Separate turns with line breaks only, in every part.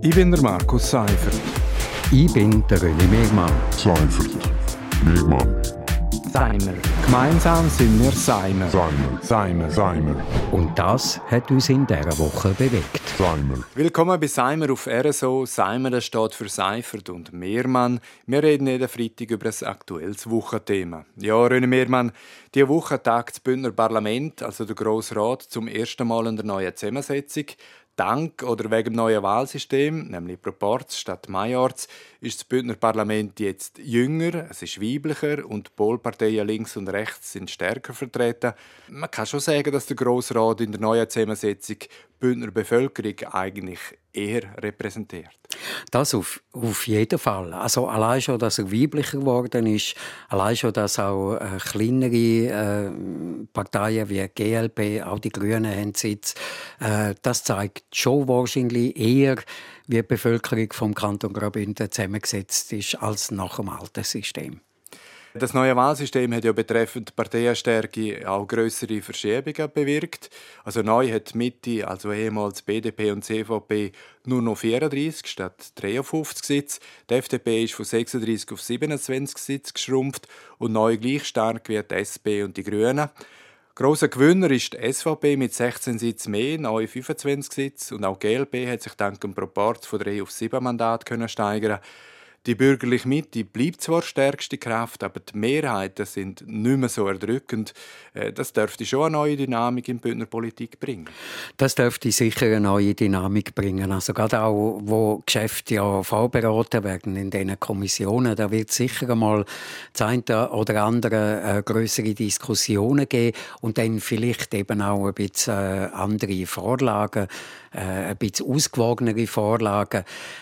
Ich bin der Markus Seifert.
Ich bin der René Megmann.
Seifert. Megmann.
Seimer. Gemeinsam sind wir Seimer.
Seimer.
Und das hat uns in dieser Woche bewegt.
Seimer.
Willkommen bei Seimer auf RSO. Seimer, das steht für Seifert und Mehrmann. Wir reden jeden Freitag über ein aktuelles Wochenthema. Ja, René Mehrmann, diese Woche tagt das Bündner Parlament, also der Grosse Rat, zum ersten Mal in der neuen Zusammensetzung. Dank oder wegen dem neuen Wahlsystem, nämlich Proporz statt Majorz, ist das Bündner Parlament jetzt jünger, es ist weiblicher und die Polparteien links und rechts sind stärker vertreten. Man kann schon sagen, dass der Grosse Rat in der neuen Zusammensetzung die Bündner Bevölkerung eigentlich eher repräsentiert.
Das auf jeden Fall. Also allein schon, dass er weiblicher geworden ist, allein schon, dass auch kleinere Parteien wie GLP, auch die Grünen haben Sitz, das zeigt schon wahrscheinlich eher, wie die Bevölkerung vom Kanton Graubünden zusammengesetzt ist, als nach dem alten System.
Das neue Wahlsystem hat ja betreffend Parteienstärke auch grössere Verschiebungen bewirkt. Also neu hat die Mitte, also ehemals BDP und CVP, nur noch 34 statt 53 Sitze. Die FDP ist von 36 auf 27 Sitze geschrumpft und neu gleich stark wie die SP und die Grünen. Grosser Gewinner ist die SVP mit 16 Sitzen mehr, neu 25 Sitze. Und auch die GLP hat sich dank dem Proporz von 3 auf 7 Mandate steigern. Die bürgerliche Mitte bleibt zwar stärkste Kraft, aber die Mehrheiten sind nicht mehr so erdrückend. Das dürfte schon eine neue Dynamik in die Bündner Politik bringen.
Das dürfte sicher eine neue Dynamik bringen. Also gerade auch, wo Geschäfte ja vorberaten werden in diesen Kommissionen, da wird es sicher einmal das eine oder andere grössere Diskussionen geben und dann vielleicht eben auch ein bisschen andere Vorlagen, ein bisschen ausgewogenere Vorlagen.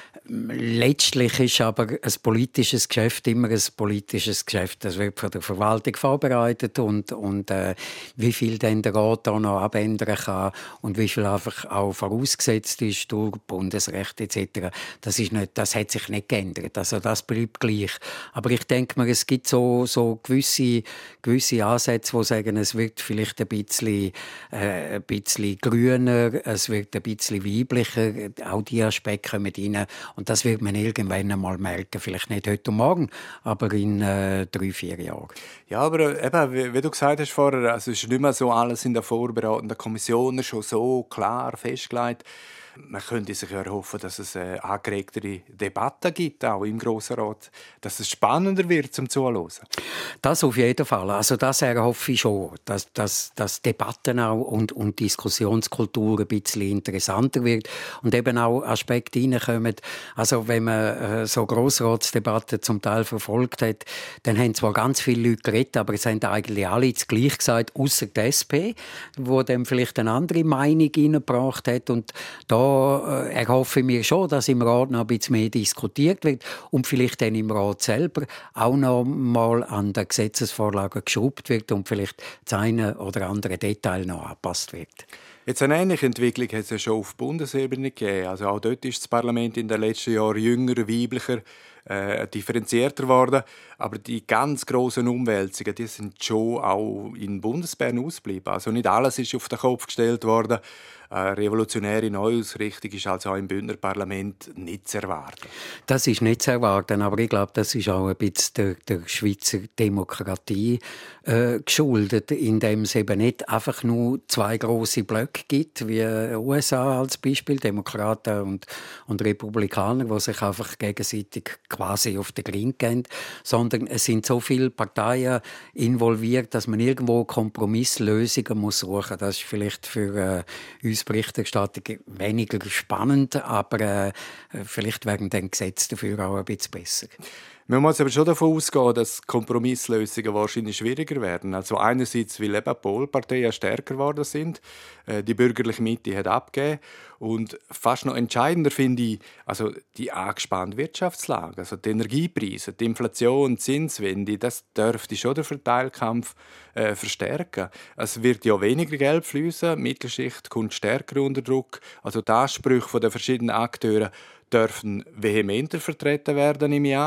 Letztlich ist aber ein politisches Geschäft immer ein politisches Geschäft. Das wird von der Verwaltung vorbereitet und wie viel dann der Rat da noch abändern kann und wie viel einfach auch vorausgesetzt ist durch Bundesrecht etc. Das hat sich nicht geändert. Also das bleibt gleich. Aber ich denke mir, es gibt so gewisse Ansätze, die sagen, es wird vielleicht ein bisschen grüner, es wird ein bisschen weiblicher. Auch diese Aspekte kommen rein. Und das wird man irgendwann einmal merken. Vielleicht nicht heute und morgen, aber in 3-4 Jahren.
Ja, aber eben, wie du gesagt hast vorher, also es ist nicht mehr so alles in der vorbereitenden Kommission schon so klar festgelegt. Man könnte sich erhoffen, dass es eine angeregtere Debatte gibt, auch im Grossen Rat, dass es spannender wird zum Zuhören.
Das auf jeden Fall. Also das erhoffe ich schon, dass Debatten auch und Diskussionskultur ein bisschen interessanter wird und eben auch Aspekte reinkommen. Also wenn man so Grossratsdebatten zum Teil verfolgt hat, dann haben zwar ganz viele Leute geredet, aber es haben eigentlich alle das Gleiche gesagt, außer die SP, wo dann vielleicht eine andere Meinung reingebracht hat. Und da erhoffe ich mir schon, dass im Rat noch ein bisschen mehr diskutiert wird und vielleicht dann im Rat selber auch noch mal an der Gesetzesvorlage geschraubt wird und vielleicht das eine oder andere Detail noch angepasst wird.
Jetzt eine ähnliche Entwicklung hat es ja schon auf Bundesebene gegeben. Also auch dort ist das Parlament in den letzten Jahren jünger, weiblicher, differenzierter geworden. Aber die ganz grossen Umwälzungen, die sind schon auch in Bundesbern ausgeblieben. Also nicht alles ist auf den Kopf gestellt worden. Eine revolutionäre Neuausrichtung ist also auch im Bündner Parlament nicht zu erwarten.
Das ist nicht zu erwarten, aber ich glaube, das ist auch ein bisschen der Schweizer Demokratie geschuldet, indem es eben nicht einfach nur 2 grosse Blöcke gibt, wie USA als Beispiel, Demokraten und Republikaner, die sich einfach gegenseitig quasi auf den Grund gehen, sondern es sind so viele Parteien involviert, dass man irgendwo Kompromisslösungen muss suchen. Das ist vielleicht für uns Berichterstattung weniger spannend, aber vielleicht werden dann Gesetze dafür auch ein bisschen besser.
Man muss aber schon davon ausgehen, dass Kompromisslösungen wahrscheinlich schwieriger werden. Also einerseits, weil eben die Polparteien stärker geworden sind, die bürgerliche Mitte hat abgegeben und fast noch entscheidender finde ich, also die angespannte Wirtschaftslage, also die Energiepreise, die Inflation, die Zinswende, das dürfte schon den Verteilkampf verstärken. Es wird ja weniger Geld fließen, die Mittelschicht kommt stärker unter Druck, also die Ansprüche der verschiedenen Akteure dürfen vehementer vertreten werden im Jahr. Und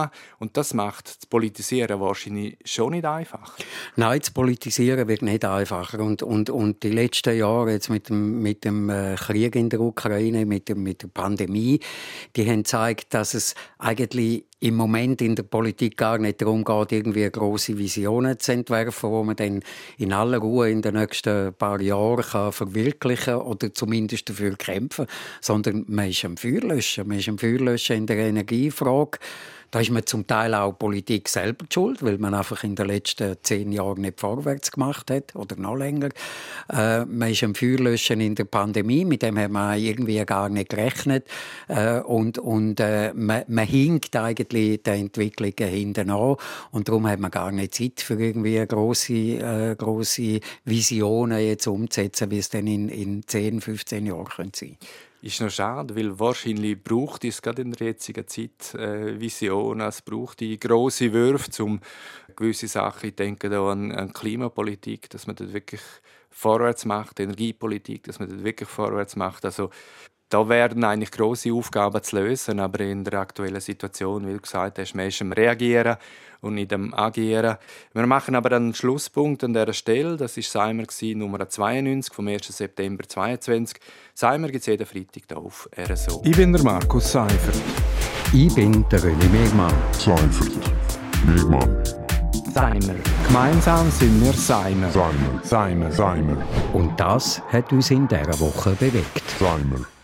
Und das macht das Politisieren wahrscheinlich schon nicht einfacher.
Nein, das Politisieren wird nicht einfacher. Und die letzten Jahre jetzt mit dem Krieg in der Ukraine, mit der Pandemie, die haben gezeigt, dass es eigentlich im Moment in der Politik gar nicht darum geht, irgendwie grosse Visionen zu entwerfen, die man dann in aller Ruhe in den nächsten paar Jahren verwirklichen kann oder zumindest dafür kämpfen, sondern man ist am Feuerlöschen. Man ist am Feuerlöschen in der Energiefrage. Da ist man zum Teil auch Politik selber schuld, weil man einfach in den letzten 10 Jahren nicht vorwärts gemacht hat oder noch länger. Man ist am Feuerlöschen in der Pandemie, mit dem hat man irgendwie gar nicht gerechnet. Man hinkt eigentlich den Entwicklungen hinten an und darum hat man gar nicht Zeit für irgendwie grosse Visionen jetzt umzusetzen, wie es dann in 10, 15 Jahren sein könnte.
Ist noch schade, weil wahrscheinlich braucht es gerade in der jetzigen Zeit Visionen, es braucht die grosse Würfe, um gewisse Sachen, ich denke da an Klimapolitik, dass man dort wirklich vorwärts macht, Energiepolitik, dass man dort wirklich vorwärts macht. Also da werden eigentlich grosse Aufgaben zu lösen, aber in der aktuellen Situation, wie du gesagt hast, man ist am Reagieren und nicht am Agieren. Wir machen aber einen Schlusspunkt an dieser Stelle. Das war Seimer Nummer 92 vom 1. September 2022. Seimer gibt es jeden Freitag hier auf RSO.
Ich bin der Markus Seifert.
Ich bin der René Megmann.
Seifert. Megmann.
Seimer. Gemeinsam sind wir Seimer.
Seimer.
Seimer.
Seimer.
Und das hat uns in dieser Woche bewegt.
Seimer.